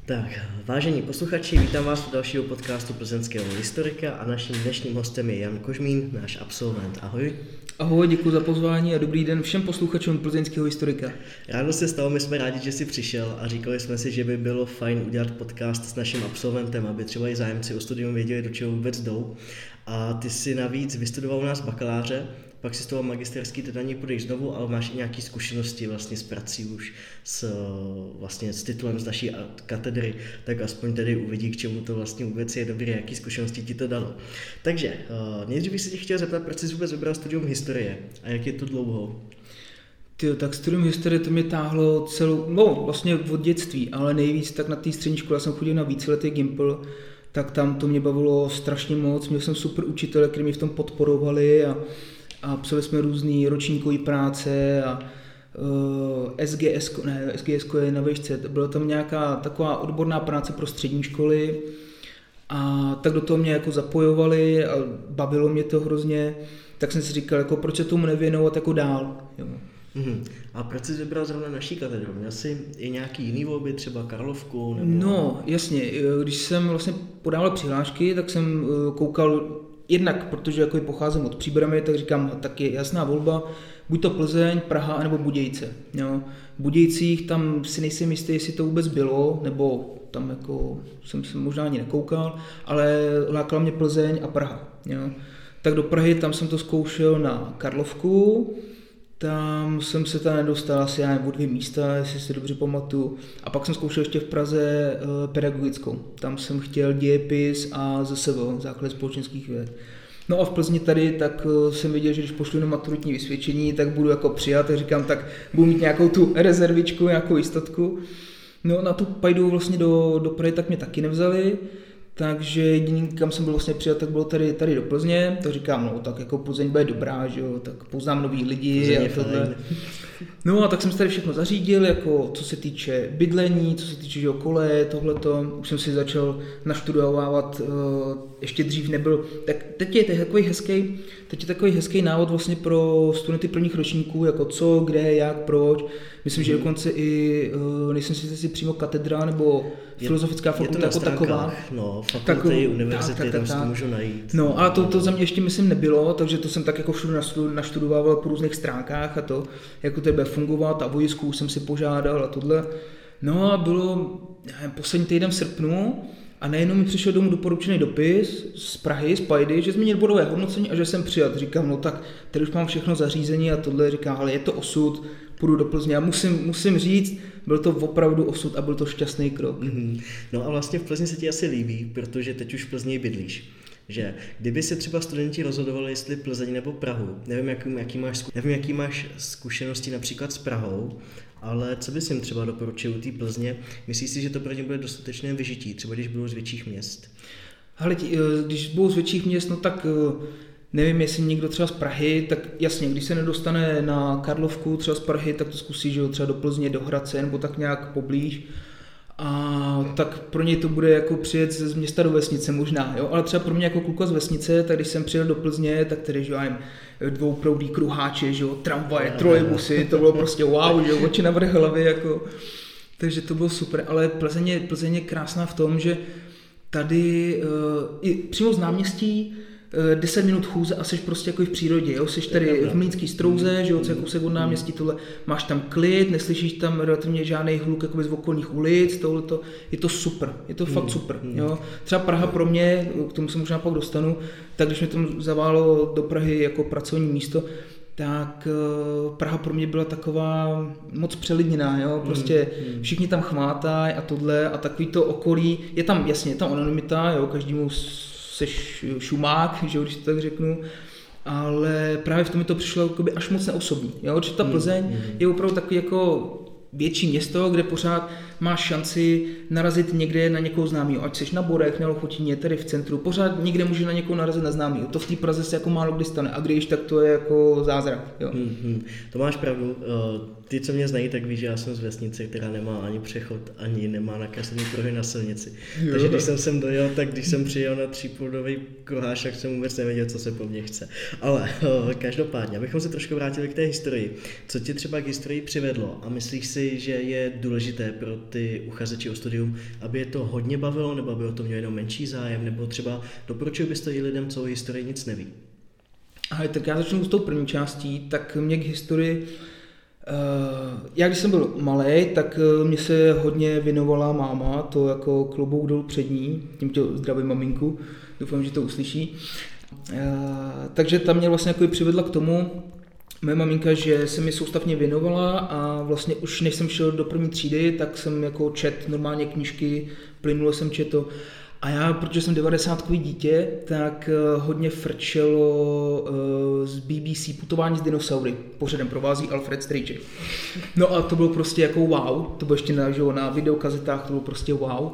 Tak, vážení posluchači, vítám vás u dalšího podcastu plzeňského historika a naším dnešním hostem je Jan Kožmín, náš absolvent. Ahoj. Ahoj, děkuji za pozvání a dobrý den všem posluchačům plzeňského historika. Ráno se stalo, my jsme rádi, že jsi přišel a říkali jsme si, že by bylo fajn udělat podcast s naším absolventem, aby třeba i zájemci o studium věděli, do čeho vůbec jdou. A ty jsi navíc vystudoval u nás bakaláře, pak si z toho magisterský, teda ani půjdeš znovu, ale máš i nějaké zkušenosti vlastně s prací už s titulem z naší katedry, tak aspoň tedy uvidí, k čemu to vlastně vůbec je dobré, jaké zkušenosti ti to dalo. Takže nejdřív bych se tě chtěl zeptat, proč jsi vůbec vybral studium historie a jak je to dlouho? Tak studium historie to mě táhlo vlastně od dětství, ale nejvíc tak na té střední škole jsem chodil na víceletý Gimpl, tak tam to mě bavilo strašně moc, měl jsem super učitele, kteří mě v tom podporovali a psali jsme různý ročníkové práce a SGS je na výšce, byla tam nějaká taková odborná práce pro střední školy a tak do toho mě jako zapojovali a bavilo mě to hrozně, tak jsem si říkal, jako proč se tomu nevěnovat jako dál. Jo. A proč jsi vybral zrovna naší katedru? Měl jsi i nějaký jiný volby, třeba Karlovku? Nebo... No, jasně, když jsem vlastně podával přihlášky, tak jsem koukal jednak, protože jako pocházím od Příbramy, tak říkám, tak je jasná volba, buď to Plzeň, Praha, nebo Budějice. Jo. V Budějcích tam si nejsem jistý, jestli to vůbec bylo, nebo tam jako jsem se možná ani nekoukal, ale lákala mě Plzeň a Praha. Jo. Tak do Prahy, tam jsem to zkoušel na Karlovku, tam jsem se tam nedostal asi o 2 místa, jestli si dobře pamatuju. A pak jsem zkoušel ještě v Praze pedagogickou. Tam jsem chtěl dějepis a ZSV, základ společenských věd. No a v Plzni tady, tak jsem viděl, že když pošlu na maturitní vysvědčení, tak budu jako přijat, tak říkám, tak budu mít nějakou tu rezervičku, nějakou jistotku. No na tu pajdu vlastně do Prahy, tak mě taky nevzali. Takže jediný, kam jsem byl vlastně přijat, tak bylo tady do Plzně, tak říkám, no tak jako Plzeň bude dobrá, že jo, tak poznám nový lidi a tohle. No a tak jsem si tady všechno zařídil, jako co se týče bydlení, co se týče že jo, koleje, tohleto, už jsem si začal naštudovávat, ještě dřív nebyl, tak teď je takový hezký návod vlastně pro studenty prvních ročníků, jako co, kde, jak, proč. Myslím, že dokonce i, nejsem si jestli přímo katedra nebo filozofická fakulta jako taková. No, fakulty, univerzity, tam si to můžu najít. No a to za mě ještě myslím nebylo, takže to jsem tak jako všude naštudovával po různých stránkách a to, jako to bude fungovat a vojsku jsem si požádal a tohle. No a bylo poslední týden v srpnu a nejenom mi přišel domů doporučený dopis z Prahy, z Pajdy, že změnil bodové hodnocení a že jsem přijat. Říkám, no tak tady už mám všechno zařízení a tohle, říká, ale je to osud, půjdu do Plzně a musím říct, byl to opravdu osud a byl to šťastný krok. No a vlastně v Plzni se ti asi líbí, protože teď už v Plzni bydlíš. Že kdyby se třeba studenti rozhodovali, jestli Plzeň nebo Prahu, nevím, jaký máš zkušenosti například s Prahou, ale co bys jim třeba doporučil u té Plzně? Myslíš si, že to pro ně bude dostatečné vyžití, třeba když budou z větších měst? Hele, když budou z větších měst, no tak nevím, jestli někdo třeba z Prahy, tak jasně, když se nedostane na Karlovku třeba z Prahy, tak to zkusí, že jo, třeba do Plzně, do Hradce nebo tak nějak poblíž. A tak pro něj to bude jako přijet z města do vesnice možná, jo? Ale třeba pro mě jako kluka z vesnice, tak když jsem přijel do Plzně, tak tady, že jo, dvouproudý kruháče, že jo, tramvaje, trolejbusy, to bylo prostě wow, že jo, oči na vrch hlavy, jako. Takže to bylo super, ale Plzeň je krásná v tom, že tady i přímo z náměstí 10 minut chůze a jsi prostě jako v přírodě, jo? Jsi tady v Mlýnský Strouze, že jo, co je kousek od náměstí, tohle, máš tam klid, neslyšíš tam relativně žádný hluk jakoby z okolních ulic, tohleto, je to super, je to fakt super, jo. Třeba Praha pro mě, k tomu se možná pak dostanu, tak když mě tam zaválo do Prahy jako pracovní místo, tak Praha pro mě byla taková moc přelidněná, jo, prostě všichni tam chvátají a tohle a takový to okolí, je tam anonymita, jo, každému seš šumák, že když to tak řeknu, ale právě v tom mi to přišlo až moc neosobní, jo, že ta Plzeň je opravdu takový jako větší město, kde pořád máš šanci narazit někde na někoho známého, ať seš na Borech, na Lochotíně, tady v centru, pořád někde může na někoho narazit na známého. To v té Praze se jako málo kdy stane, a když, tak to je jako zázrak. Jo. To máš pravdu. Ty, co mě znají, tak ví, že já jsem z vesnice, která nemá ani přechod, ani nemá nakreslený pruhy na silnici. Jo. Takže když jsem sem dojel, tak když jsem přijel na 3proudový kruháč, tak jsem vůbec nevěděl, co se po mně chce. Ale každopádně, abychom se trošku vrátili k té historii. Co tě třeba k historii přivedlo a myslíš si, že je důležité pro ty uchazeči o studium, aby je to hodně bavilo, nebo aby o to mělo jenom menší zájem, nebo třeba doporučil byste i lidem, co o historii nic neví? Ahoj, tak já začnu s tou první částí, tak mě k historii, já když jsem byl malej, tak mě se hodně věnovala máma, to jako klobouk dolů před ní, tímto zdravím maminku, doufám, že to uslyší. Takže ta mě vlastně jako přivedla k tomu, moje maminka, že se mi soustavně věnovala a vlastně už než jsem šel do první třídy, tak jsem jako čet normálně knížky, plynule jsem četl. A já, protože jsem 90kový dítě, tak hodně frčelo z BBC Putování s dinosaury. Pořadem provází Alfred Strejček. No a to bylo prostě jako wow, to bylo ještě na videokazetách, to bylo prostě wow.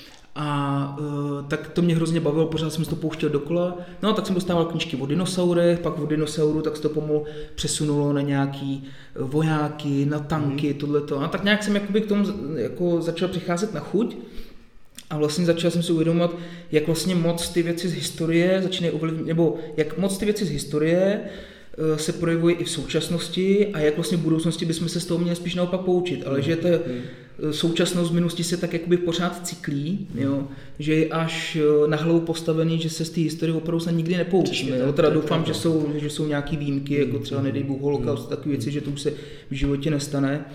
A tak to mě hrozně bavilo, pořád jsem si to pouštěl dokola. No a tak jsem dostával knížky o dinosaurech, pak o dinosauru, tak se to pomalu přesunulo na nějaký vojáky, na tanky, tohleto. A tak nějak jsem jakoby k tomu jako začal přicházet na chuť. A vlastně začal jsem si uvědomovat, jak vlastně moc ty věci z historie začínají ovlivnit, nebo jak moc ty věci z historie se projevují i v současnosti a jak vlastně v budoucnosti bychom se z toho měli spíš naopak poučit, ale že ta současnost v minulosti se tak jakoby pořád cyklí, jo? Že je až na hlavu postavený, že se z té historie opravdu se nikdy nepoučíme. Jo? Teda doufám, že jsou nějaký výjimky, jako třeba nedej Bůh holokaust, takové věci, že to už se v životě nestane.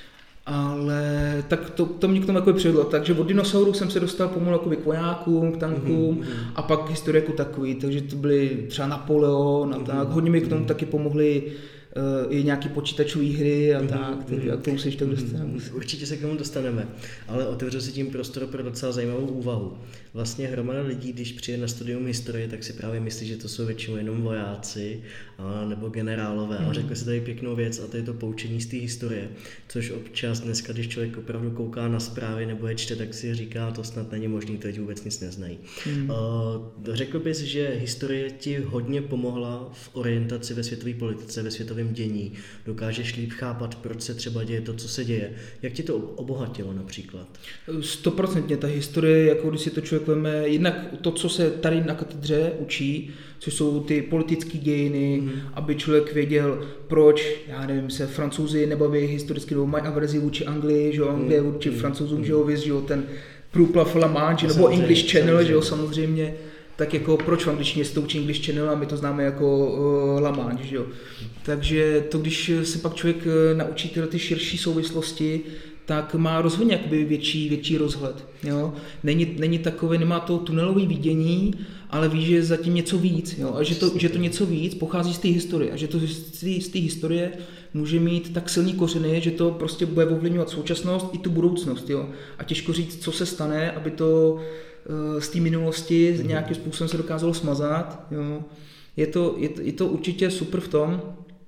Ale tak to mě k tomu jako přivedlo. Takže od dinosaurů jsem se dostal pomalu k vojákům, k tankům a pak historie jako takový. Takže to byly třeba Napoleon a tak. Hodně mi k tomu taky pomohly i nějaký počítačové hry a tak, takže jak tomu se tak dostaneme. Určitě se k tomu dostaneme, ale otevřel si tím prostor pro docela zajímavou úvahu. Vlastně hromada lidí, když přijde na studium historie, tak si právě myslí, že to jsou většinou jenom vojáci nebo generálové. A řekl si tady pěknou věc a to je to poučení z té historie, což občas dneska, když člověk opravdu kouká na zprávy nebo je čte, tak si říká, to snad není možný, to vůbec nic neznají. Řekl bys, že historie ti hodně pomohla v orientaci ve světové politice, ve světovém dění, dokážeš líp chápat, proč se třeba děje to, co se děje. Jak ti to obohatilo například? 100% ta historie, jako když si to člověk veme, jednak to, co se tady na katedře učí, což jsou ty politické dějiny, aby člověk věděl, proč, já nevím, se Francouzi nebaví historicky, nebo mají averzi vůči Anglii, že jo, Anglie vůči Francouzům, že jo, víš, že jo, ten průplav La Manche, nebo English Channel, že jo, samozřejmě. Tak jako proč v angličtině se to učí English Channel a my to známe jako La Manche, že jo. Takže to, když se pak člověk naučí tyhle ty širší souvislosti, tak má rozhodně jakoby větší rozhled. Jo? Není takový, nemá to tunelový vidění, ale ví, že je zatím něco víc. Jo? A že to něco víc pochází z té historie. A že to z té historie může mít tak silný kořeny, že to prostě bude ovlivňovat současnost i tu budoucnost. Jo? A těžko říct, co se stane, aby to z té minulosti nějakým způsobem se dokázalo smazat. Jo? Je to určitě super v tom,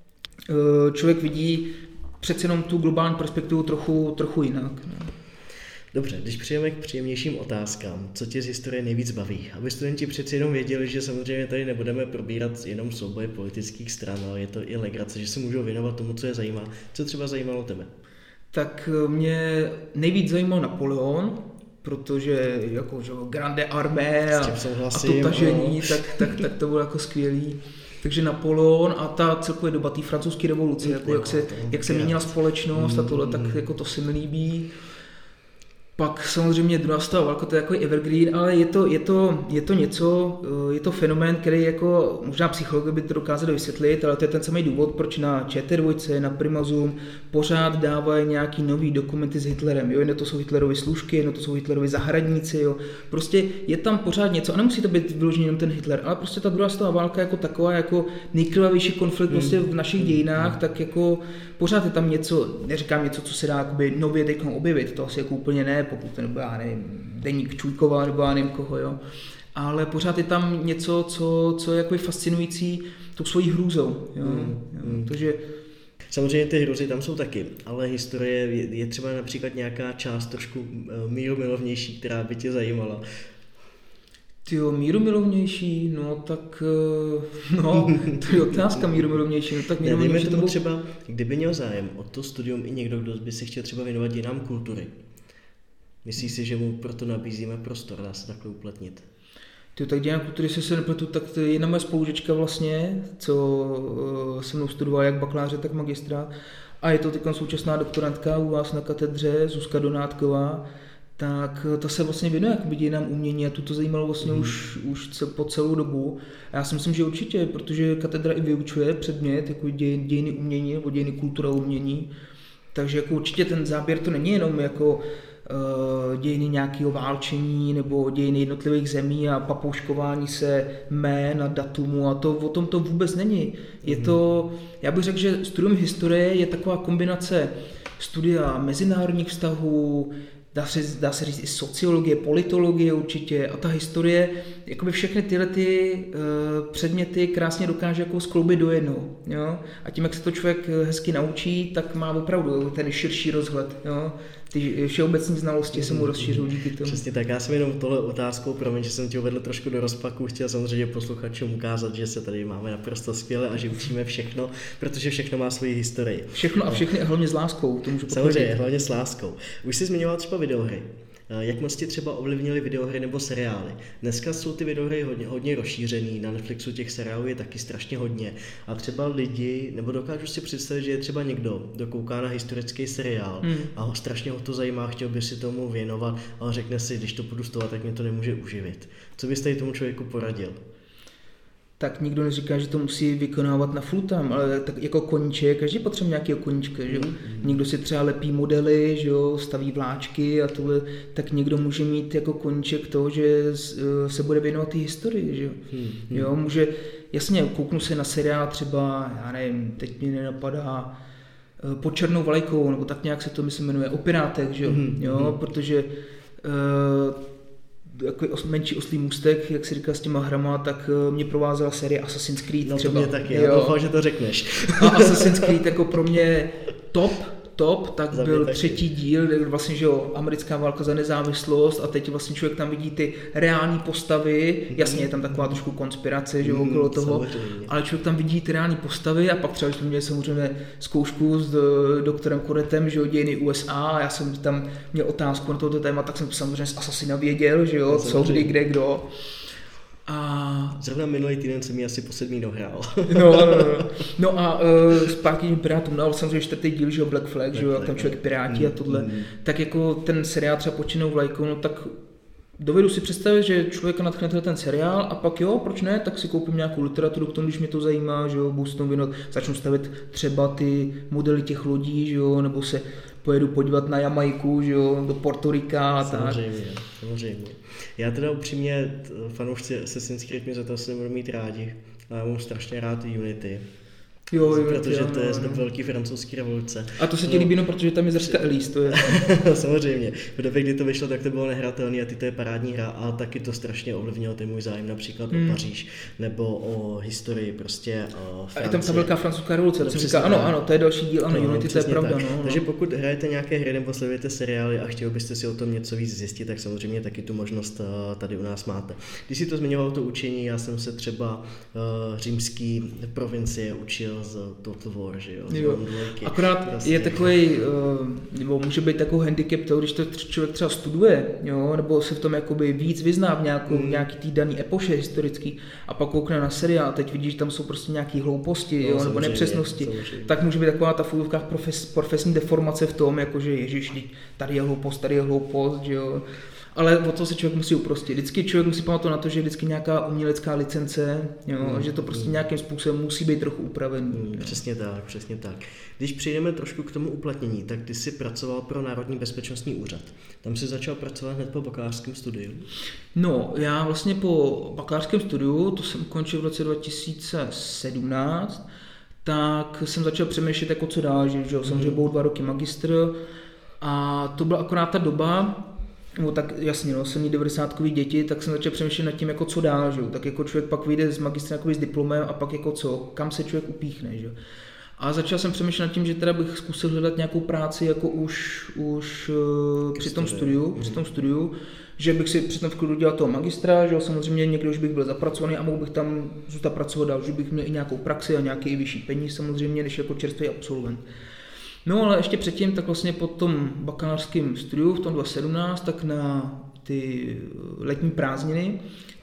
člověk vidí přece jenom tu globální perspektivu trochu jinak. No. Dobře, když přijeme k příjemnějším otázkám, co tě z historie nejvíc baví? Aby studenti přeci jenom věděli, že samozřejmě tady nebudeme probírat jenom souboje politických stran, ale je to i legrace, že se můžou věnovat tomu, co je zajímá. Co třeba zajímalo tebe? Tak mě nejvíc zajímal Napoleon, protože jako že Grande Armée a to tažení, tak to bylo jako skvělý. Takže Napoleon a ta celkově doba té francouzské revoluce, jako jak se měnila společnost a tohle, tak jako to se mi líbí. Pak samozřejmě druhá světová válka, to je jako evergreen, ale je to něco, je to fenomén, který jako možná psychologové by to dokázali vysvětlit, ale to je ten samý důvod, proč na ČT2, na Prima Zoom pořád dávají nějaký nový dokumenty s Hitlerem, jo, jedno to jsou Hitlerovy služky, jedno to jsou Hitlerovi zahradníci, jo, prostě je tam pořád něco, a nemusí to být vyložený jenom ten Hitler, ale prostě ta druhá světová válka jako taková, jako nejkrvavější konflikt prostě v našich dějinách, tak jako pořád je tam něco, neříkám něco, co se dá jakoby nově teďkom objevit, to asi jako úplně ne, pokud to nebo já nevím, Deník Čujková nebo já nevím koho, jo. Ale pořád je tam něco, co je jako fascinující tou svojí hrůzou, jo. Takže samozřejmě ty hruzy tam jsou taky, ale historie je třeba například nějaká část trošku mírumilovnější, která by tě zajímala. Tyjo, mírumilovnější, no tak, to je otázka mírumilovnější, no tak mírumilovnější to třeba, kdyby měl zájem o to studium i někdo, kdo by si chtěl třeba věnovat dějinám kultury. Myslíš si, že mu proto nabízíme prostor, dá se takhle uplatnit? Tak dějina kultury se nepletu, tak to je jedna moje spolužečka vlastně, co se mnou studovala jak bakaláře, tak magistra. A je to teď současná doktorantka u vás na katedře, Zuzka Donátková, tak ta se vlastně věnuje jakoby dějinám umění a tu to zajímalo vlastně už po celou dobu. A já si myslím, že určitě, protože katedra i vyučuje předmět jako dějiny umění nebo dějiny kultura umění, takže jako určitě ten záběr to není jenom jako dějiny nějakého válčení nebo dějiny jednotlivých zemí a papouškování se jmén a datumu a to o tom to vůbec není. Je to, já bych řekl, že studium historie je taková kombinace studia mezinárodních vztahů, dá se říct i sociologie, politologie určitě a ta historie, jakoby všechny tyhle předměty krásně dokáže jako skloubit do jednoho. Jo? A tím, jak se to člověk hezky naučí, tak má opravdu ten širší rozhled. Jo? Ty všeobecní znalosti se mu rozšířují díky tomu. Přesně tak, já jsem jenom tohle otázkou, promiň, že jsem tě uvedl trošku do rozpaku, chtěl samozřejmě posluchačům ukázat, že se tady máme naprosto skvěle a že učíme všechno, protože všechno má svoji historii. Všechno a všechny hlavně s láskou, to můžu potvrdit. Samozřejmě, hlavně s láskou. Už jsi zmiňoval třeba videohry. Jak moc ti třeba ovlivnily videohry nebo seriály? Dneska jsou ty videohry hodně rozšířený, na Netflixu těch seriálů je taky strašně hodně. A třeba lidi, nebo dokážu si představit, že je třeba někdo, kdo kouká na historický seriál a strašně ho to zajímá, chtěl by si tomu věnovat, ale řekne si, když to budu studovat, tak mě to nemůže uživit. Co bys tady tomu člověku poradil? Tak nikdo neříká, že to musí vykonávat na full time, ale tak jako koníček, každý potřebuje nějakého koníčka, že jo. Někdo si třeba lepí modely, že jo, staví vláčky a tohle, tak někdo může mít jako koníček to, že se bude věnovat té historii, že jo. Jo, může, jasně, kouknu se na seriál třeba, já nevím, teď mě nenapadá, Pod černou vlajkou, nebo tak nějak se to myslím jmenuje, o pirátech, že jo, jo, protože jako menší oslý můstek, jak si říká s těma hrama, tak mě provázela série Assassin's Creed. No třeba. To mě taky, já doufám, že to řekneš. A Assassin's Creed jako pro mě top, tak byl třetí díl, vlastně, že jo, americká válka za nezávislost a teď vlastně člověk tam vidí ty reální postavy, jasně je tam taková trošku konspirace, že jo, okolo toho, samozřejmě. Ale člověk tam vidí ty reální postavy a pak třeba, když jsme měli samozřejmě zkoušku s doktorem Koretem, že jo, dějiny USA a já jsem tam měl otázku na toto téma, tak jsem samozřejmě z Assassina věděl, že jo, co, kdy, kde, kdo. A zrovna minulý týden jsem mi asi po 7 dohrál. No a zpátky Pirátům dal samozřejmě 4. díl, že jo, Black Flag, že jo, jak tam člověk pirátí a tohle. Tak jako ten seriál třeba Pod černou vlajkou, no tak dovedu si představit, že člověka natchne ten seriál a pak jo, proč ne, tak si koupím nějakou literaturu k tomu, když mě to zajímá, že jo, budu se tomu věnovat, začnu stavit třeba ty modely těch lodí, že jo, nebo se pojedu podívat na Jamajku, že jo, do Porto Rika a tak. Samozřejmě. Já teda upřímně, fanoušci Assassin's Creed mě za to asi nebudou mít rádi, ale já mám strašně rád Unity. Jo, protože to je z doby velký francouzský revoluce. A to se ti líbí, no, protože tam je zrska Elise, to je. Samozřejmě. V době, kdy to vyšlo, tak to bylo nehratelné a ty to je parádní hra a taky to strašně ovlivnilo ten můj zájem například o Paříž nebo o historii prostě Francie. A je tam ta velká francouzská revoluce, to říká, ano, to je další díl, ano, Unity, to je pravda. No. Takže pokud hrajete nějaké hry nebo sledujete seriály a chtěl byste si o tom něco víc zjistit, tak samozřejmě taky tu možnost tady u nás máte. Když si to zmiňoval to učení, já jsem se třeba římský provincie učil z Total War, že jo? Akorát vlastně je takový, nebo může být takový handicap to, když to člověk třeba studuje, jo? Nebo se v tom jakoby víc vyzná v nějaký tý daný epoše historický a pak koukne na seriál a teď vidíš, že tam jsou prostě nějaký hlouposti, jo? Nebo nepřesnosti, tak může být taková ta v úvozovkách profesní deformace v tom, jakože ježiš, tady je hloupost, že jo? Ale o to se člověk musí uprostit. Vždycky člověk musí pamatovat na to, že je vždycky nějaká umělecká licence, jo, že to prostě nějakým způsobem musí být trochu upravený. Přesně tak. Když přijdeme trošku k tomu uplatnění, tak ty jsi pracoval pro Národní bezpečnostní úřad. Tam jsi začal pracovat hned po bakalářském studiu? No, já vlastně po bakalářském studiu, to jsem ukončil v roce 2017, tak jsem začal přemýšlet jako co dál, že samozřejmě budou 2 roky magistr a to byla akorát ta doba, no tak jasně, no, jsem měl 90kový děti, tak jsem začal přemýšlet nad tím, jako co dál, že? Tak jako člověk pak vyjde z magistra s diplomem a pak jako co, kam se člověk upíchne, že? A začal jsem přemýšlet nad tím, že teda bych zkusil hledat nějakou práci jako už při tom studiu, že bych si při tom v klidu dělal toho magistra, že samozřejmě někdy už bych byl zapracovaný a mohl bych tam zůstat pracovat dál, že bych měl i nějakou praxi a nějaký vyšší peníz samozřejmě, než jako čerstvý absolvent. No ale ještě předtím, tak vlastně po tom bakalářském studiu v tom 2017, tak na ty letní prázdniny,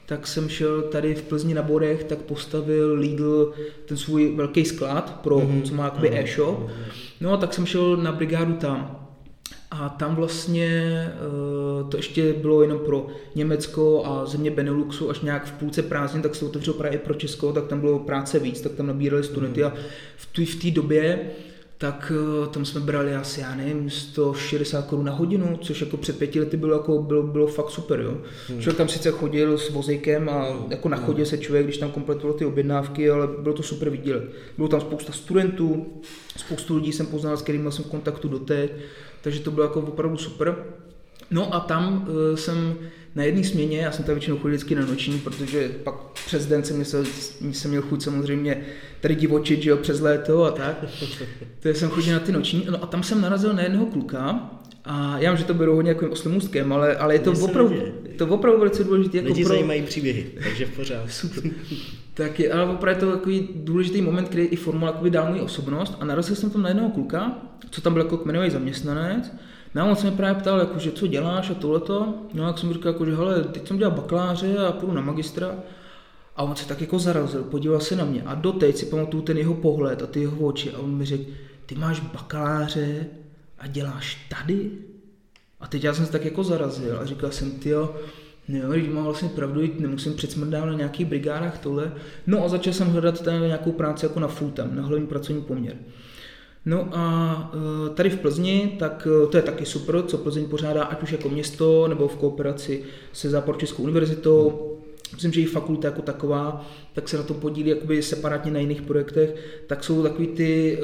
tak jsem šel tady v Plzni na Bodech, tak postavil Lidl ten svůj velký sklad, co má jakoby e-shop. No a tak jsem šel na brigádu tam. A tam vlastně to ještě bylo jenom pro Německo a země Beneluxu, až nějak v půlce prázdnin, tak se otevřel právě i pro Česko, tak tam bylo práce víc, tak tam nabírali studenty a v té době tak tam jsme brali asi, já nevím, 160 Kč na hodinu, což jako před 5 lety bylo fakt super, jo. Člověk tam sice chodil s vozejkem a jako na chodě se člověk, když tam kompletoval ty objednávky, ale bylo to super výdělek. Bylo tam spousta studentů, spoustu lidí jsem poznal, s kterými jsem v kontaktu doteď, takže to bylo jako opravdu super. No a tam jsem na jedné směně, já jsem tam většinou chodil vždycky na noční, protože pak přes den jsem měl chuť samozřejmě tady divočit, že jo, přes léto a tak. Takže jsem chodil na ty noční, no a tam jsem narazil na jednoho kluka a já vím, že to beru hodně jako oslým můstkem, ale je to opravdu velice důležité. Lidi zajímají příběhy, takže v pořádku. Tak je, ale opravdu je to takový důležitý moment, který i formoval dál moji osobnost a narazil jsem tam na jednoho kluka, co tam byl jako kmenový zaměstnanec. No on se mě právě ptal, jako, že co děláš a tohleto. No jak jsem říkal, jako, že hele, teď jsem dělal bakaláře a půjdu na magistra. A on se tak jako zarazil, podíval se na mě a doteď si pamatuju ten jeho pohled a ty jeho oči a on mi řekl, ty máš bakaláře a děláš tady? A teď já jsem se tak jako zarazil a říkal jsem, tyjo, no, když mám vlastně pravdu, nemusím předsmrdat na nějakých brigádách tohle. No a začal jsem hledat tady nějakou práci jako na full time, na hlavní pracovní poměr. No a tady v Plzni, tak to je taky super, co Plzeň pořádá, ať už jako město, nebo v kooperaci se Západočeskou univerzitou. Myslím, že i fakulta jako taková, tak se na to podílí jakoby separátně na jiných projektech, tak jsou takový ty,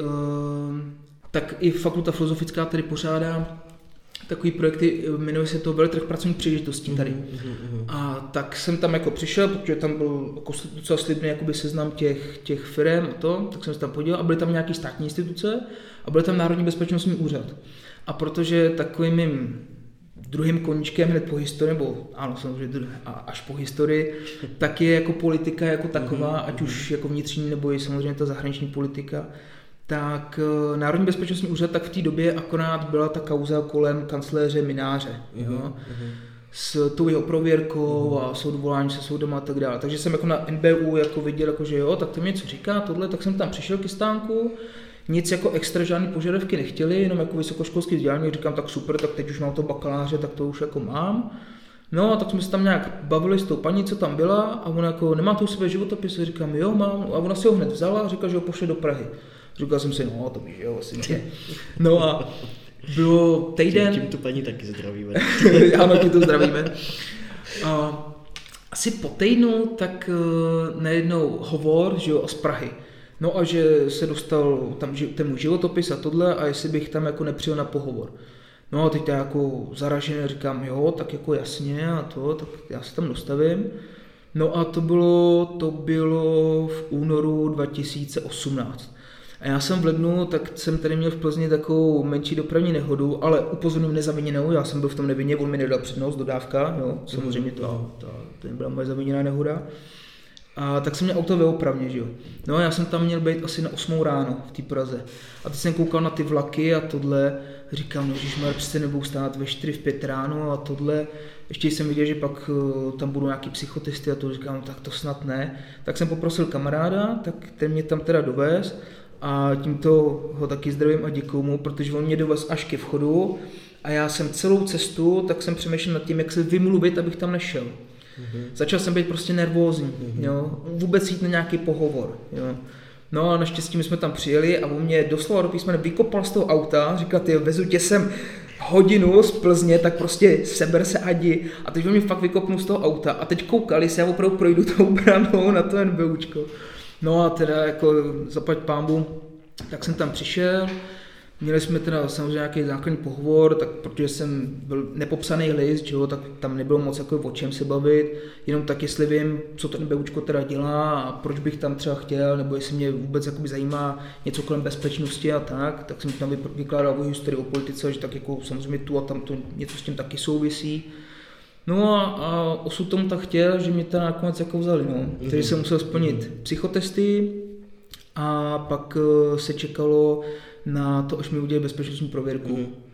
tak i fakulta filozofická tady pořádá takový projekty, jmenuje se to Veletrh pracovních příležitostí tady. A tak jsem tam jako přišel, protože tam byl jako docela slibný jakoby seznam těch firem a to, tak jsem se tam podíval a byly tam nějaké státní instituce a byl tam Národní bezpečnostní úřad. A protože takovým mým druhým koníčkem hned po historii, nebo ano, samozřejmě až po historii, tak je jako politika jako taková, ať už jako vnitřní, nebo i samozřejmě ta zahraniční politika. Tak Národní bezpečnostní úřad, tak v té době akorát byla ta kauza kolem kancléře Mynáře, jo? S tou jeho prověrkou a soudvolání se soudem a tak dále. Takže jsem jako na NBU jako viděl, jako, že jo, tak to mi něco říká, tohle, tak jsem tam přišel k stánku, nic jako extra žádný požadavky nechtěli, jenom jako vysokoškolský vzdělání, říkám, tak super, tak teď už mám to bakaláře, tak to už jako mám. No a tak jsme se tam nějak bavili s tou paní, co tam byla a ona jako, nemá to u sebe životopis, říkám, jo, mám, a ona si ho hned vzala a říkala, že ho pošle do Prahy. Říkal jsem si, no to víš, jo, asi ne. No a bylo týden... Tím tu paní taky zdravíme. Ano, tím to zdravíme. A asi po týdnu tak najednou hovor, že jo, z Prahy. No a že se dostal tam ten můj životopis a tohle a jestli bych tam jako nepřijel na pohovor. No a teď já jako zaražený říkám, jo, tak jako jasně a to, tak já se tam dostavím. No a to bylo v únoru 2018. A já jsem v lednu, tak jsem tady měl v Plzni takovou menší dopravní nehodu, ale upozorňuji nezaviněnou, já jsem byl v tom nevinně, on mi nedal přednost, dodávka, jo, samozřejmě to nebyla moje zaviněná nehoda. A tak jsem měl auto ve opravně, že jo. No a já jsem tam měl být asi na 8 ráno v té Praze. A teď jsem koukal na ty vlaky a tohle, říkám, no ježišmarja, přece nebudou stát ve 4, v 5 ráno a tohle. Ještě jsem viděl, že pak tam budou nějaký psychotesty a to říkám, no, tak to snad ne. Tak jsem poprosil kamaráda, tak ten mě tam teda dovez. A tímto ho taky zdravím a děkuju mu, protože on mě dovez až ke vchodu a já jsem celou cestu, tak jsem přemýšlel nad tím, jak se vymluvit, abych tam nešel. Začal jsem být prostě nervózní, jo? Vůbec jít na nějaký pohovor. Jo? No a naštěstí my jsme tam přijeli a on mě doslova do písmene vykopal z toho auta, říkal, ty vezu tě sem hodinu z Plzně, tak prostě seber se adi. A teď on mě fakt vykopnul z toho auta a teď koukali, jestli já opravdu projdu tou branou na to NBUčko. No a teda jako zaplať pánbu, tak jsem tam přišel, měli jsme teda samozřejmě nějaký základní pohovor, tak protože jsem byl nepopsaný list, jo, tak tam nebylo moc jako o čem se bavit, jenom tak jestli vím, co to NBUčko teda dělá a proč bych tam třeba chtěl, nebo jestli mě vůbec jakoby zajímá něco kolem bezpečnosti a tak jsem tam vykládal o historii, o politice, že tak jako samozřejmě tu a tam to něco s tím taky souvisí. No a osud tomu tak chtěl, že mě teda nakonec jako vzali, no. Takže jsem musel splnit psychotesty a pak se čekalo na to, až mi udělali bezpečnostní prověrku.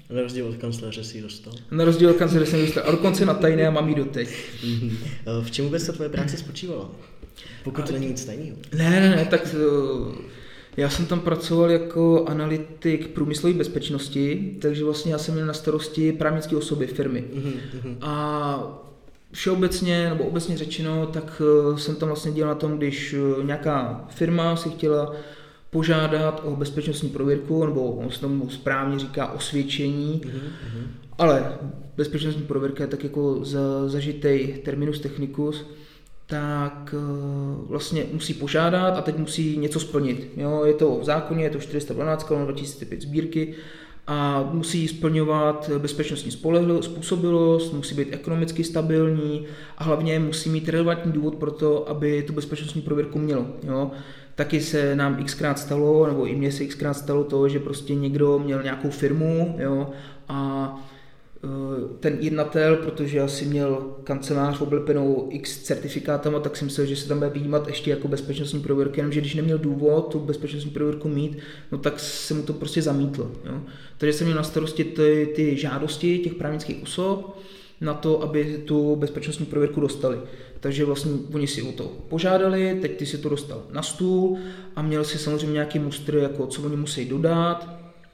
Na rozdíl od kancléře si ji dostal. Na rozdíl od kancléře jsem ji dostal. A dokonce na tajné a mám ji doteď. V čem vůbec ta tvoje práce spočívala? Pokud to není nic tajného. Ne, tak já jsem tam pracoval jako analytik průmyslové bezpečnosti, takže vlastně já jsem měl na starosti právnické osoby, firmy. A všeobecně, nebo obecně řečeno, tak jsem tam vlastně dělal na tom, když nějaká firma si chtěla požádat o bezpečnostní prověrku, nebo on se tomu správně říká osvědčení, ale bezpečnostní prověrka je tak jako zažitej terminus technicus, tak vlastně musí požádat a teď musí něco splnit. Jo, je to v zákoně, je to 412 2005 sbírky a musí splňovat bezpečnostní způsobilost, musí být ekonomicky stabilní a hlavně musí mít relevantní důvod pro to, aby tu bezpečnostní prověrku mělo. Jo. Taky se nám xkrát stalo, nebo i mně se xkrát stalo to, že prostě někdo měl nějakou firmu, jo, a ten jednatel, protože já si měl kancelář oblepenou x certifikátama, tak si myslel, že se tam bude vyjímat ještě jako bezpečnostní prověrky, jenomže když neměl důvod tu bezpečnostní prověrku mít, no tak se mu to prostě zamítlo. Jo. Takže jsem měl na starosti ty žádosti těch právnických osob na to, aby tu bezpečnostní prověrku dostali. Takže vlastně oni si o to požádali, teď ty si to dostal na stůl a měl si samozřejmě nějaký mustr, jako co oni musí dodat.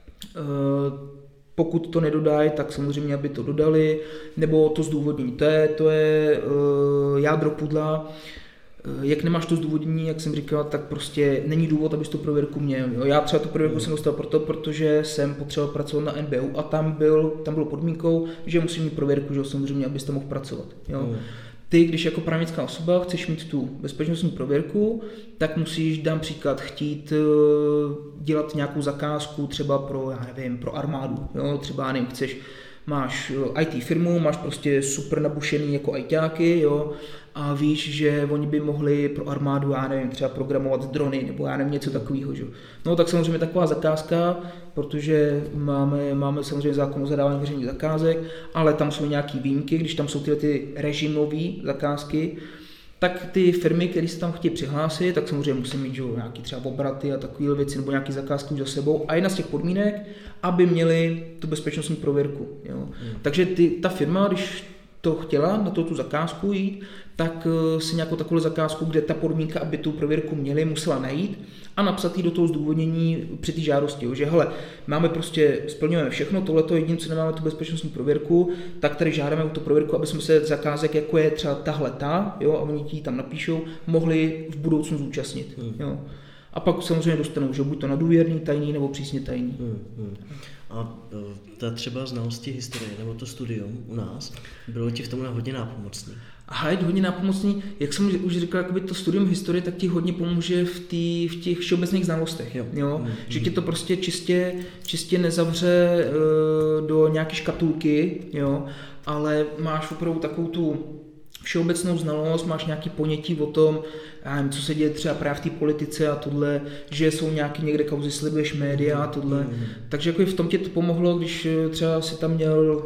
Pokud to nedodají, tak samozřejmě, aby to dodali, nebo to zdůvodnění. To je jádro pudla. Jak nemáš to zdůvodnění, jak jsem říkal, tak prostě není důvod, abys tu prověrku měl. Jo. Já třeba tu prověrku jsem dostal protože jsem potřeboval pracovat na NBÚ a tam bylo podmínkou, že musím mít prověrku, že samozřejmě, abys tam mohl pracovat. Jo. Ty, když jako právnická osoba chceš mít tu bezpečnostní prověrku, tak musíš, dám příklad, chtít dělat nějakou zakázku třeba pro, já nevím, pro armádu. Jo? Třeba, nevím, máš IT firmu, máš prostě super nabušený jako ITáky, jo? A víš, že oni by mohli pro armádu, já nevím, třeba programovat drony, nebo já nevím, něco takového. Že? No tak samozřejmě taková zakázka, protože máme samozřejmě zákon o zadávání veřejných zakázek, ale tam jsou nějaké výjimky, když tam jsou ty režimové zakázky, tak ty firmy, které se tam chtějí přihlásit, tak samozřejmě musí mít nějaké třeba obraty a takové věci, nebo nějaké zakázky už za sebou. A jedna z těch podmínek, aby měli tu bezpečnostní prověrku. Jo. Takže ta firma, když to chtěla na tu zakázku jít, tak si nějakou takovou zakázku, kde ta podmínka, aby tu prověrku měli, musela najít a napsat jí do toho zdůvodnění při té žádosti, že hele, máme prostě, splňujeme všechno, tohleto jediné, co nemáme tu bezpečnostní prověrku, tak tady žádáme o tu prověrku, aby jsme se zakázek, jako je třeba tahleta, jo, a oni ti tam napíšou, mohli v budoucnu zúčastnit. Jo. A pak samozřejmě dostanou, že buď to na důvěrný, tajný nebo přísně tajný. A ta třeba znalosti historie nebo to studium u nás bylo ti v tomhle hodně nápomocný? Aha, je hodně nápomocný. Jak jsem už říkal, jakoby to studium historie, tak ti hodně pomůže v těch všeobecných znalostech. Jo? Že ti to prostě čistě nezavře do nějaké škatulky, jo? Ale máš opravdu takovou tu všeobecnou znalost, máš nějaké ponětí o tom, já nevím, co se děje třeba právě v té politice a tohle, že jsou nějaké někde kauzy, sleduješ média a tohle. Takže jako v tom ti to pomohlo, když třeba si tam měl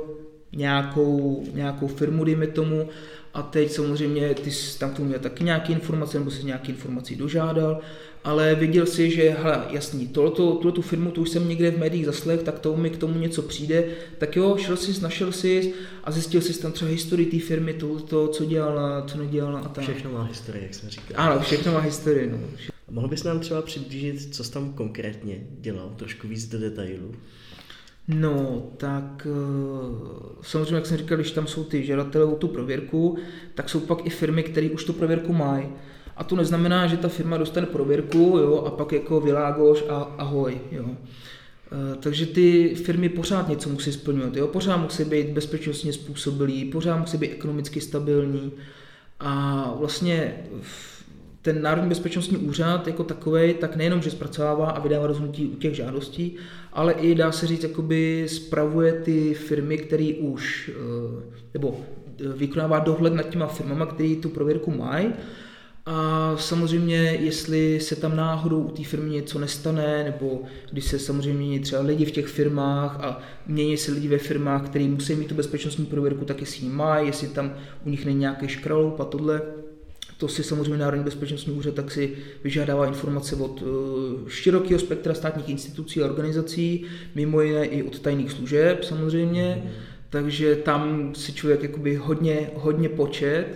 nějakou firmu, dejme tomu, a teď samozřejmě ty jsi tam měl taky nějaké informace, nebo jsi nějaké informace dožádal, ale viděl si, že hele, jasný, tuhletu firmu, tu už jsem někde v médiích zaslech, tak to mi k tomu něco přijde, tak jo, našel jsi a zjistil jsi tam třeba historii té firmy, to, co dělala, co nedělala a tak. Všechno má historii, jak jsme říkali. Ano, všechno má historii. No. Mohl bys nám třeba přiblížit, co jsi tam konkrétně dělal, trošku víc do detailů? No, tak samozřejmě, jak jsem říkal, když tam jsou ty žadatelé o tu prověrku, tak jsou pak i firmy, které už tu prověrku mají. A to neznamená, že ta firma dostane prověrku, jo, a pak jako vylágoš a ahoj. Jo. Takže ty firmy pořád něco musí splňovat. Jo. Pořád musí být bezpečnostně způsobilý, pořád musí být ekonomicky stabilní. A vlastně ten Národní bezpečnostní úřad jako takovej, tak nejenom, že zpracovává a vydává rozhodnutí u těch žádostí, ale i dá se říct, jakoby spravuje ty firmy, které už, nebo vykonává dohled nad těma firmama, které tu prověrku mají. A samozřejmě, jestli se tam náhodou u té firmy něco nestane, nebo když se samozřejmě mění třeba lidi v těch firmách a mění se lidi ve firmách, kteří musí mít tu bezpečnostní prověrku, tak jestli ji mají, jestli tam u nich není nějaký škraloup a tohle, To si samozřejmě Národní bezpečnostní úřad tak si vyžádává informace od širokého spektra státních institucí a organizací, mimo jiné i od tajných služeb samozřejmě, takže tam si člověk jakoby hodně počet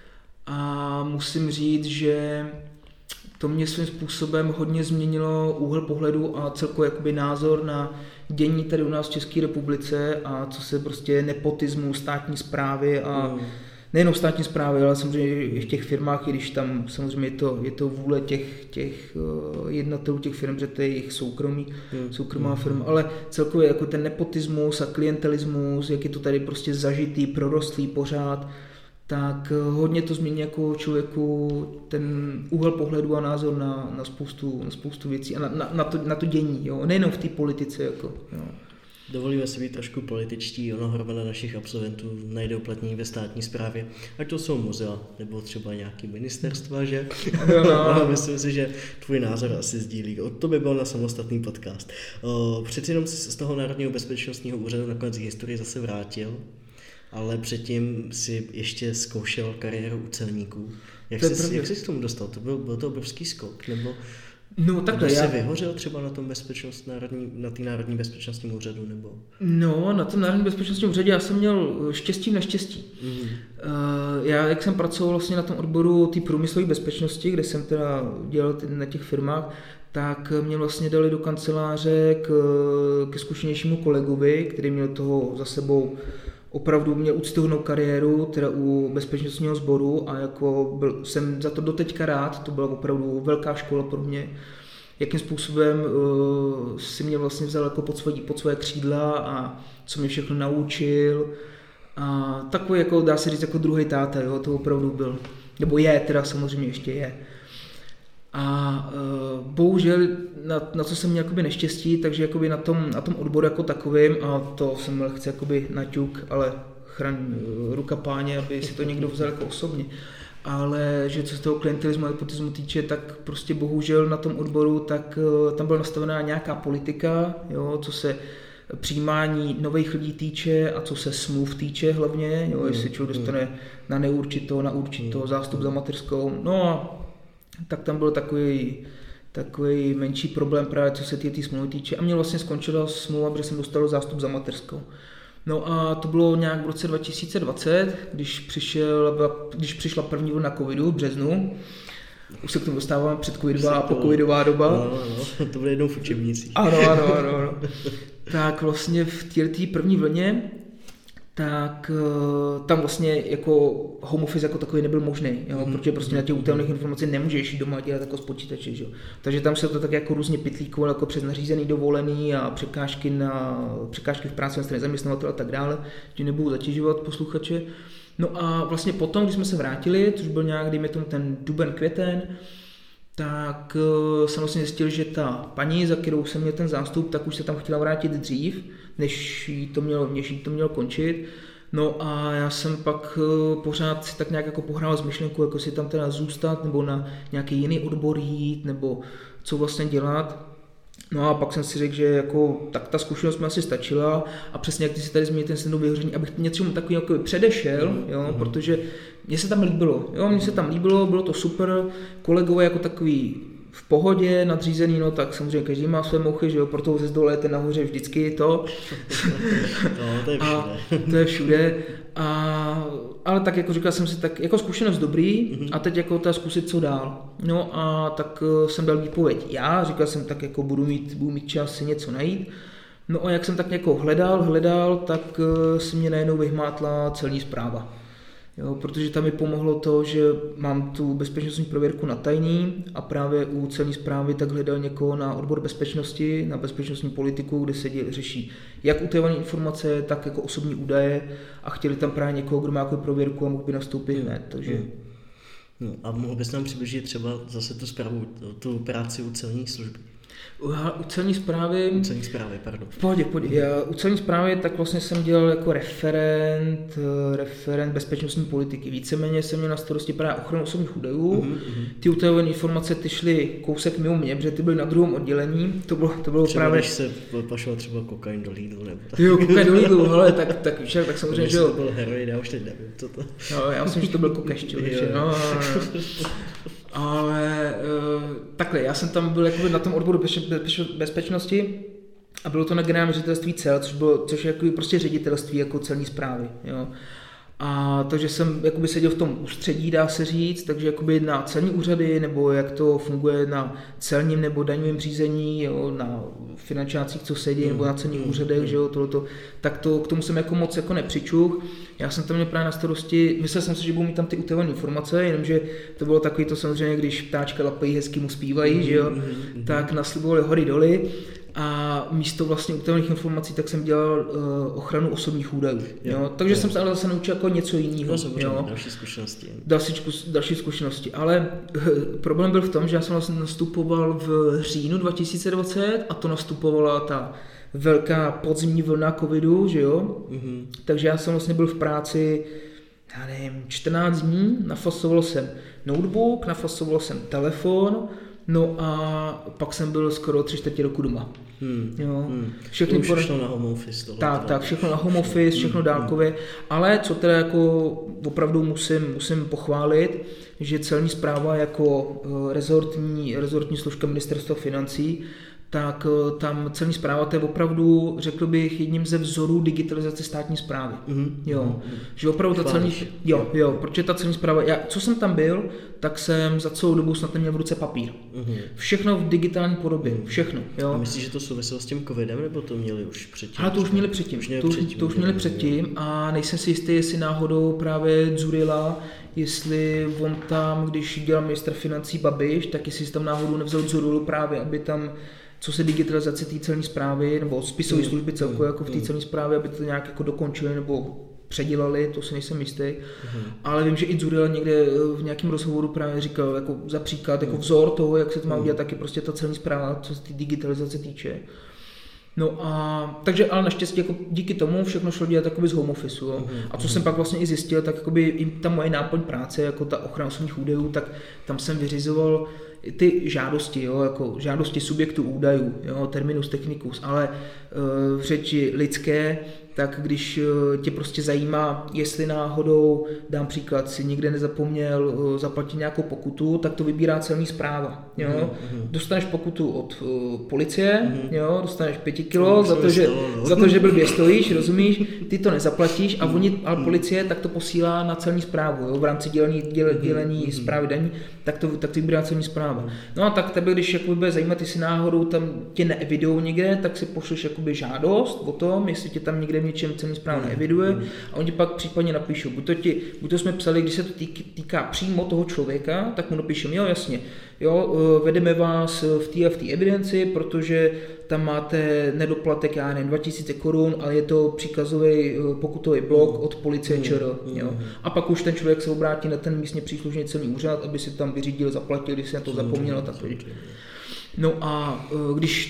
a musím říct, že to mě svým způsobem hodně změnilo úhel pohledu a celkově jakoby názor na dění tady u nás v České republice a co se prostě nepotismu státní správy a nejenom státní správy, ale samozřejmě i v těch firmách, i když tam samozřejmě je to vůle těch jednatelů těch firm, že to je jejich soukromá firma, ale celkově jako ten nepotismus a klientelismus, jak je to tady prostě zažitý, prorostlý pořád, tak hodně to změní jako člověku ten úhel pohledu a názor na spoustu věcí a na to dění, jo? Nejenom v té politice. Jako, jo. Dovolíme si být trošku političtí, hromada našich absolventů najde uplatnění ve státní správě, ať to jsou muzea, nebo třeba nějaký ministerstva, že? No. Myslím si, že tvůj názor asi sdílí. To by byl na samostatný podcast. Přeci jenom si z toho Národního bezpečnostního úřadu nakonec historii zase vrátil, ale předtím si ještě zkoušel kariéru u celníků. Jak jsi k tomu dostal? Byl to obrovský skok? No takhle, jsi vyhořel třeba na té Národní bezpečnostním úřadu? Nebo? No, na tom Národním bezpečnostním úřadě já jsem měl štěstí v neštěstí. Já, jak jsem pracoval vlastně na tom odboru té průmyslové bezpečnosti, kde jsem teda dělal na těch firmách, tak mě vlastně dali do kanceláře ke zkušenějšímu kolegovi, který měl toho za sebou opravdu měl úctyhodnou kariéru, teda u bezpečnostního sboru a jako jsem za to doteďka rád, to byla opravdu velká škola pro mě, jakým způsobem si mě vlastně vzal jako pod svoje křídla a co mě všechno naučil a takový, jako dá se říct, jako druhý táta, jo, to opravdu byl, nebo je, teda samozřejmě ještě je. A bohužel na co jsem měl jakoby neštěstí, takže jakoby na tom odboru jako takovým, a to jsem lehce jakoby naťuk, ale chraň ruka páně, aby si to někdo vzal jako osobně. Ale že co z toho klientelismu a nepotismu týče, tak prostě bohužel na tom odboru, tak tam byla nastavená nějaká politika, jo, co se přijímání nových lidí týče a co se smluv týče hlavně, jo, jestli člověk dostane na neurčito, na určito, zástup za mateřskou, no a tak tam byl takový menší problém právě co se té smlouvy týče a mě vlastně skončila smlouva, protože jsem dostal zástup za mateřskou. No a to bylo nějak v roce 2020, když přišla první vlna covidu v březnu. Už se k tomu dostáváme předcovidová a pocovidová doba. No, to bude jednou v učebnicích. Ano. Tak vlastně v té první vlně tak tam vlastně jako home office jako takový nebyl možný, jo? Protože prostě na těch utajených informací nemůžeš jít doma dělat jako z počítače, jo? Takže tam se to tak jako různě pitlíkovalo jako přes nařízený dovolený a překážky v práci na straně zaměstnavatele a tak dále, že nebudu zatěžovat posluchače. No a vlastně potom, když jsme se vrátili, což byl nějak, dejme tomu ten duben, květen, tak jsem vlastně zjistil, že ta paní, za kterou jsem měl ten zástup, tak už se tam chtěla vrátit dřív, než jí to mělo končit. No a já jsem pak pořád si tak nějak jako pohrál s myšlenkou, jako si tam teda zůstat, nebo na nějaký jiný odbor jít, nebo co vlastně dělat. No a pak jsem si řekl, že jako, tak ta zkušenost mi asi stačila a přesně jak ty si tady zmínil ten syndrom vyhoření, abych něčemu takovým jako předešel, jo, protože mně se tam líbilo, bylo to super, kolegové jako takový v pohodě, nadřízený, no tak samozřejmě každý má své mouchy, že jo, proto ze zdolejete nahoře vždycky to. No, to je všude. To je všude. Ale tak jako říkal jsem si, tak jako zkušenost dobrý a teď jako ta zkusit co dál. No a tak jsem dal výpověď říkal jsem tak jako budu mít čas si něco najít. No a jak jsem tak jako hledal, tak si mě najednou vyhmátla celní správa. Jo, protože tam mi pomohlo to, že mám tu bezpečnostní prověrku na tajný a právě u celní správy tak hledal někoho na odbor bezpečnosti, na bezpečnostní politiku, kde se řeší jak utajované informace, tak jako osobní údaje a chtěli tam právě někoho, kdo má jako prověrku a mohl by nastoupit hned. Takže... No, a mohl bys nám přibližit třeba zase tu práci u celní služby? U celní správy... pardon. V pohodě. U celní správy tak vlastně jsem dělal jako referent bezpečnostní politiky. Víceméně jsem měl na starosti právě ochranu osobních údajů. Ty utajované informace ty šly kousek mimo mě, protože ty byly na druhém oddělení. To bylo třeba právě... když se pašoval třeba kokain do Lidlu, nebo tak. Jo, kokain do Lidlu, ale tak samozřejmě, že jo. To byl heroin, já už teď nevím, co to... No, já myslím, že to byl kokešť, no. Ale takhle, já jsem tam byl jakoby na tom odboru bezpečnosti a bylo to na generálním ředitelství cel, což je jako prostě ředitelství jako celní správy. Jo. A takže jsem jakoby seděl v tom ústředí, dá se říct, takže jakoby na celní úřady, nebo jak to funguje na celním nebo daňovém řízení, jo, na finančácích, co sedí, nebo na celních úřadech, že jo, tohleto, tak to k tomu jsem jako moc jako nepřičuch. Já jsem tam měl právě na starosti, myslel jsem si, že budou mít tam ty utajované informace, jenomže to bylo takový to samozřejmě, když ptáčka lapají, hezky mu zpívají, že jo, tak naslibovali hory doly. A místo vlastně utajovaných informací tak jsem dělal ochranu osobních údajů. Jo? Takže jsem se ale zase naučil jako něco jiného. Další zkušenosti. Ale problém byl v tom, že já jsem vlastně nastupoval v říjnu 2020 a to nastupovala ta velká podzimní vlna covidu, že jo? Takže já jsem vlastně byl v práci, já nevím, 14 dní, nafasoval jsem notebook, nafasoval jsem telefon, no a pak jsem byl skoro 3/4 roku doma. Všechno šlo na home office. Tak, všechno na home office, všechno dálkově, ale co teda jako opravdu musím pochválit, že celní správa jako rezortní složka ministerstva financí, tak tam celní správa to je opravdu, řekl bych, jedním ze vzorů digitalizace státní správy. Že opravdu ta celní, protože ta celní správa, co jsem tam byl, tak jsem za celou dobu snad neměl v ruce papír. Všechno v digitální podobě, všechno. Jo. A myslíš, že to souviselo s tím covidem, nebo to měli už předtím? Ale to už měli předtím. To už měli předtím a nejsem si jistý, jestli náhodou právě Dzurilla, jestli on tam, když dělal ministr financí Babiš, tak jestli si tam náhodou nevzal Dzurilu právě, aby tam co se digitalizace té celní správy nebo spisové služby celkově jako v té celní správě, aby to nějak jako dokončili nebo předělali, to si nejsem jistý. Ale vím, že i Dzurilla někde v nějakém rozhovoru právě říkal jako za příklad, jako vzor toho, jak se to má udělat, taky prostě ta celní správa, co se té digitalizace týče. No a takže ale naštěstí jako díky tomu všechno šlo dělat jakoby z home office. A co jsem pak vlastně i zjistil, tak jakoby i ta moje náplň práce, jako ta ochrana osobních údajů, tak tam jsem vyřizoval ty žádosti, jako žádosti subjektů údajů, terminus technicus, ale v řeči lidské, tak když tě prostě zajímá, jestli náhodou, dám příklad, si někde nezapomněl zaplatit nějakou pokutu, tak to vybírá celní správa. Dostaneš pokutu od policie, dostaneš 5 kilo za to, že blbě stojíš, rozumíš, ty to nezaplatíš ale policie tak to posílá na celní správu, v rámci dělení správy daní, tak to vybírá celní správa. No a tak tebe, když jakoby bude zajímat, jestli náhodou tam tě neevidujou někde, tak si pošleš jakoby žádost o tom, jestli tě tam někde v něčem celní správa neeviduje a oni pak případně napíšou. Buď to jsme psali, když se to týká přímo toho člověka, tak mu napíšeme, jo jasně, vedeme vás v té evidenci, protože tam máte nedoplatek, já nevím, 2000 korun, ale je to příkazový pokutový blok od policie ČR. A pak už ten člověk se obrátí na ten místně příslušný celní úřad, aby si tam vyřídil, zaplatil, když se na to zapomněl a takový. No a když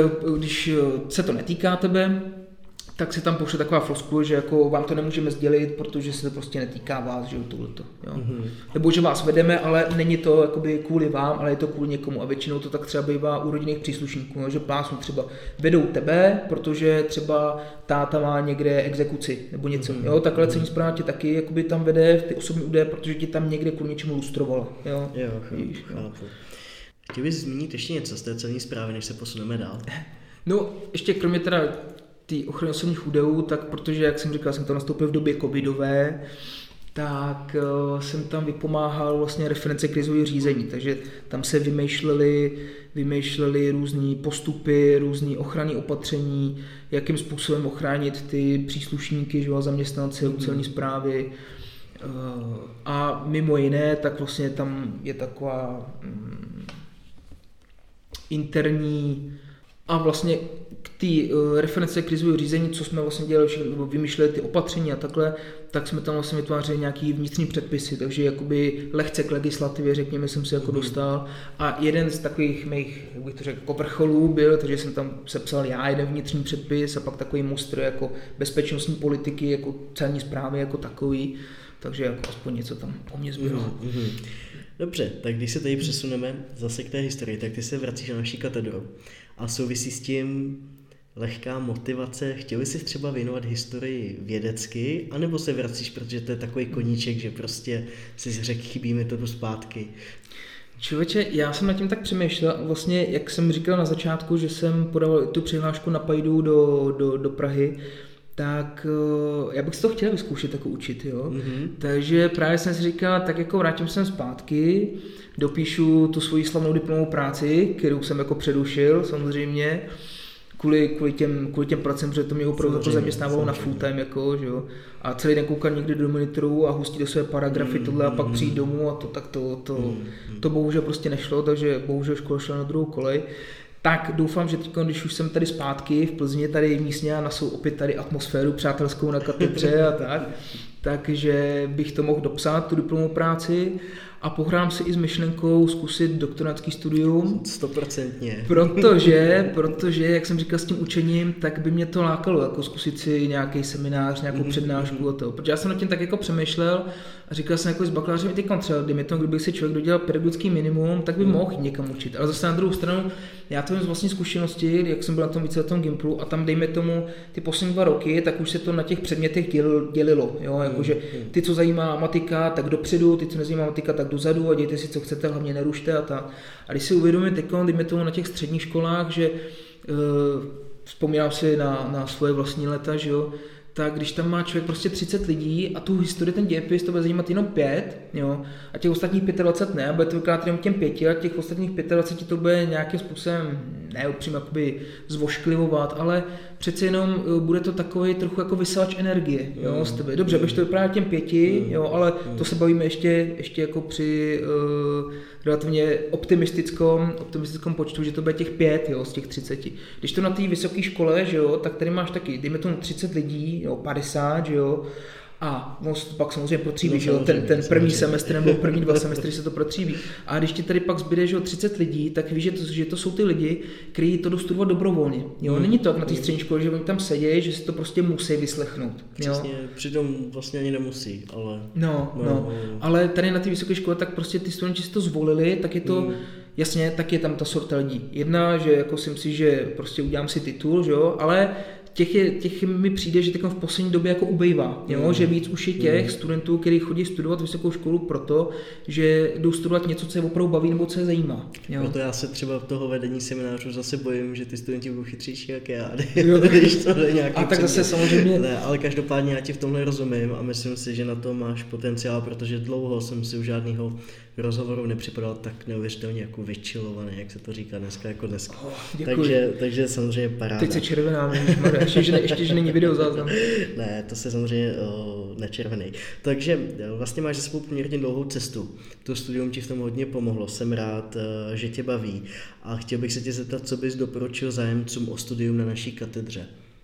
se to netýká tebe, tak se tam pošle taková floskule, že jako vám to nemůžeme sdělit, protože se to prostě netýká vás, že tohleto. Nebo že vás vedeme, ale není to jakoby kvůli vám, ale je to kvůli někomu a většinou to tak třeba bývá u rodinných příslušníků, že pásmu třeba vedou tebe, protože třeba táta má někde exekuci nebo něco. Takhle celní správa tě taky jakoby tam vede v ty osobní údaje, protože ti tam někde kvůli něčemu lustrovala. Chápu. Chtěl bys zmínit ještě něco z té celní správy, než se posuneme dál? No, ještě kromě teda ty ochrany osobních údajů, tak protože, jak jsem říkal, jsem to nastoupil v době covidové, tak jsem tam vypomáhal vlastně reference krizového řízení, takže tam se vymýšlely různý postupy, různý ochranné opatření, jakým způsobem ochránit ty příslušníky, zaměstnance celní správy. A mimo jiné, tak vlastně tam je taková interní A vlastně k té reference krizového řízení, co jsme vlastně dělali, vymýšleli ty opatření a takhle, tak jsme tam vlastně vytvářeli nějaký vnitřní předpisy, takže jakoby lehce k legislativě, řekněme, jsem si jako dostal. A jeden z takových mých, jak bych to řekl, jako vrcholů byl, takže jsem tam sepsal já jeden vnitřní předpis a pak takový mustr jako bezpečnostní politiky, jako celní správy jako takový, takže jako aspoň něco tam o mě zbylo. Dobře, tak když se tady přesuneme zase k té historii, tak ty se vracíš na naší katedru a souvisí s tím lehká motivace. Chtěli jsi třeba věnovat historii vědecky, anebo se vracíš, protože to je takový koníček, že prostě si řekl, chybí mi to do zpátky? Člověče, já jsem nad tím tak přemýšlel, vlastně jak jsem říkal na začátku, že jsem podával tu přihlášku na PAIDu do Prahy, tak já bych si to chtěl vyzkoušet jako učit, jo. Takže právě jsem si říkal, tak jako vrátím se zpátky, dopíšu tu svoji slavnou diplomovou práci, kterou jsem jako předušil samozřejmě, kvůli těm pracem, protože to mě opravdu jako zaměstnávalo na full time, jako, že jo. A celý den koukal někdy do monitoru a hustí do své paragrafy tohle a pak přijít domů a to bohužel prostě nešlo, takže bohužel škola šla na druhou kolej. Tak doufám, že teď, když už jsem tady zpátky v Plzni, tady místně a nasou opět tady atmosféru přátelskou na katedře a tak, takže bych to mohl dopsat, tu diplomovou práci a pohrám si i s myšlenkou zkusit doktorátský studium. 100%. Protože, jak jsem říkal s tím učením, tak by mě to lákalo, jako zkusit si nějaký seminář, nějakou přednášku a to. Protože já jsem nad tím tak jako přemýšlel a říkal jsem jako s bakalářem i třeba, dejme tomu, kdyby si člověk dodělal pedagogický minimum, tak by mohl někam učit. Ale zase na druhou stranu, já to vím z vlastní zkušenosti, jak jsem byl na tom víceletém gimplu a tam dejme tomu ty poslední 2 roky, tak už se to na těch předmětech dělilo, jo, jakože ty, co zajímá matika, tak dopředu, ty, co nezajímá matika, tak dozadu a dějte si, co chcete, hlavně nerušte a tak. A když si uvědomím teď, dejme tomu na těch středních školách, že vzpomínám si na svoje vlastní leta, že jo, tak když tam má člověk prostě 30 lidí a tu historii, ten dějepis, to bude zajímat jenom 5, jo, a těch ostatních 25 ne, a bude to vykládat jenom těm 5 a těch ostatních 25 to bude nějakým způsobem, ne upřímně jakoby zvošklivovat, ale přece jenom bude to takový trochu jako vysávač energie, jo, z tebe. Dobře, budeš to vyprávět těm 5, jo, ale to se bavíme ještě jako při relativně optimistickém počtu, že to bude těch 5, jo, z těch 30. Když to na té vysoké škole, že jo, tak tady máš taky, dejme tomu 30 lidí, jo, 50, že jo, a on pak samozřejmě protříbí, že jo, ten první semestr nebo první 2 semestry se to protříbí. A když ti tady pak zbyde, že jo, 30 lidí, tak víš, že to jsou ty lidi, kteří to jdou studovat dobrovolně. Jo, není to jak na té střední škole, že oni tam sedí, že si to prostě musí vyslechnout. Přesně, přitom vlastně ani nemusí, ale... No. Ale tady na té vysoké škole, tak prostě ty studenti si to zvolili, tak je to... Jasně, tak je tam ta sorta lidí. Jedna, že jako si myslím, že prostě udělám si titul, že jo, ale těch mi přijde, že v poslední době jako ubejvá, jo? Že víc už je těch studentů, kteří chodí studovat vysokou školu proto, že jdou studovat něco, co je opravdu baví nebo co je zajímá. Jo? Proto já se třeba toho vedení seminářů zase bojím, že ty studenti budou chytřejší jak já, když to jde nějaký a tak zase samozřejmě... Ne, ale každopádně já ti v tomhle rozumím a myslím si, že na to máš potenciál, protože dlouho jsem si u žádného rozhovoru nepřipadal tak neuvěřitelně jako vyčilovaný, jak se to říká dneska jako dneska. Takže samozřejmě paráda. Teď se červená, ještě, že není videozáznam. Ne, to se samozřejmě nečervený. Takže vlastně máš za sebou poměrně dlouhou cestu. To studium ti v tom hodně pomohlo. Jsem rád, že tě baví. A chtěl bych se tě zeptat, co bys doporučil zájemcům o studium na naší katedře.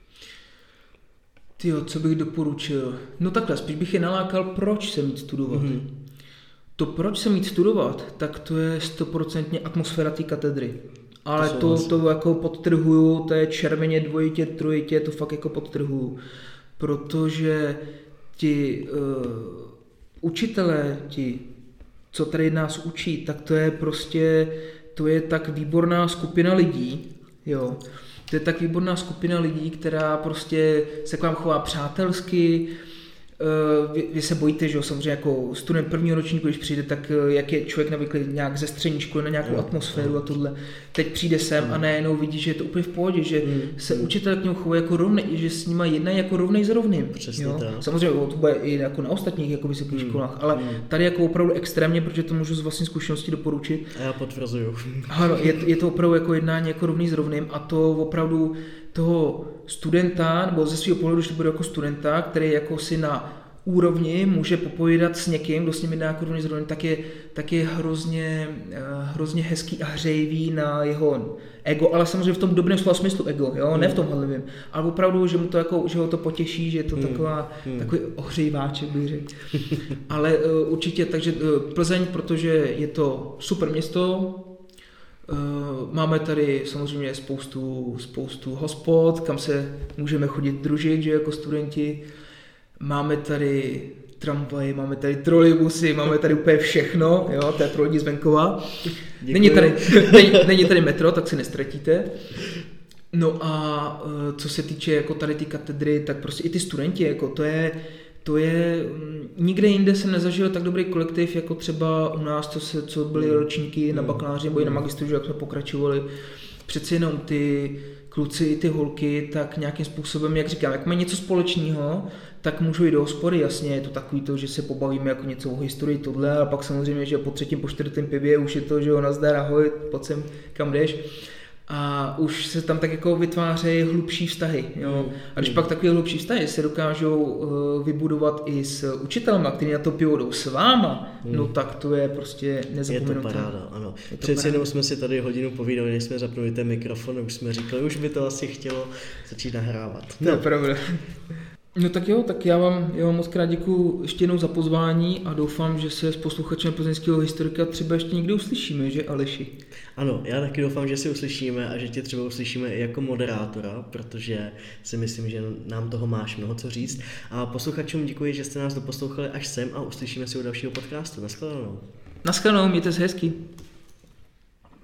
Tyjo, co bych doporučil? No takhle, spíš bych je nalákal, proč se mít studovat. To, proč se mít studovat, tak to je 100% atmosféra té katedry. Ale to jako podtrhuju, to je červeně, dvojitě, trojitě, to fakt jako podtrhuju. Protože ti učitelé, co tady nás učí, tak to je tak výborná skupina lidí, jo. To je tak výborná skupina lidí, která prostě se k vám chová přátelsky. Vy se bojíte, že jo, samozřejmě jako student prvního ročníku, když přijde, tak jak je člověk navyklý nějak ze střední školy na nějakou atmosféru a tohle. Teď přijde sem a najednou vidí, že je to úplně v pohodě, že se učitel k němu chová jako rovný, že s nima jednají jako rovnej s rovným. Přesně jo? tak. Samozřejmě to bude i jako na ostatních jako vysokých školách, ale tady jako opravdu extrémně, protože to můžu z vlastní zkušenosti doporučit. A já potvrzuju. Ano, je to opravdu jako jednání jako rovný s rovným a to opravdu toho studenta, nebo ze svého pohledu, když to bude jako studenta, který jako si na úrovni může popovídat s někým, kdo s ním jedná jako zrovna, tak je hrozně hezký a hřejivý na jeho ego, ale samozřejmě v tom dobrém slova smyslu ego, jo? Ne v tom hanlivém, ale opravdu, že mu to jako, že ho to potěší, že je to takový ohřejváček, bych řekl. Ale určitě, takže Plzeň, protože je to super město, máme tady samozřejmě spoustu hospod, kam se můžeme chodit družit, že jako studenti. Máme tady tramvaj, máme tady trolejbusy, máme tady úplně všechno, jo, to je pro lidi z venkova. Není tady metro, tak se nestratíte. No a co se týče jako tady ty katedry, tak prostě i ty studenti, jako to je nikde jinde jsem nezažil tak dobrý kolektiv, jako třeba u nás, co byly ročníky na bakaláři nebo i na magistru, že jak jsme pokračovali. Přeci jenom ty kluci i ty holky, tak nějakým způsobem, jak říkám, jak mají něco společného, tak můžu jít do hospody, jasně, je to takový to, že se pobavíme jako něco o historii tohle, a pak samozřejmě, že po 3., po 4. pivě už je to, že jo, nazdar, ahoj, pojď sem, kam jdeš. A už se tam tak jako vytvářejí hlubší vztahy. Jo? A když pak takové hlubší vztahy se dokážou vybudovat i s učitelema, kteří na to pivo jdou s váma, no tak to je prostě nezapomenutelné. Je to paráda, ano. Přeci jenom jsme si tady hodinu povídali, než jsme zapnuli ten mikrofon, už jsme říkali, už by to asi chtělo začít nahrávat. To je pravda. No tak jo, tak já vám moc krát děkuju ještě jednou za pozvání a doufám, že se s posluchačem plzeňského historika třeba ještě někdy uslyšíme, že Aleši? Ano, já taky doufám, že si uslyšíme a že tě třeba uslyšíme i jako moderátora, protože si myslím, že nám toho máš mnoho co říct. A posluchačům děkuji, že jste nás doposlouchali až sem a uslyšíme si u dalšího podcastu. Naschledanou. Naschledanou, mějte se hezky.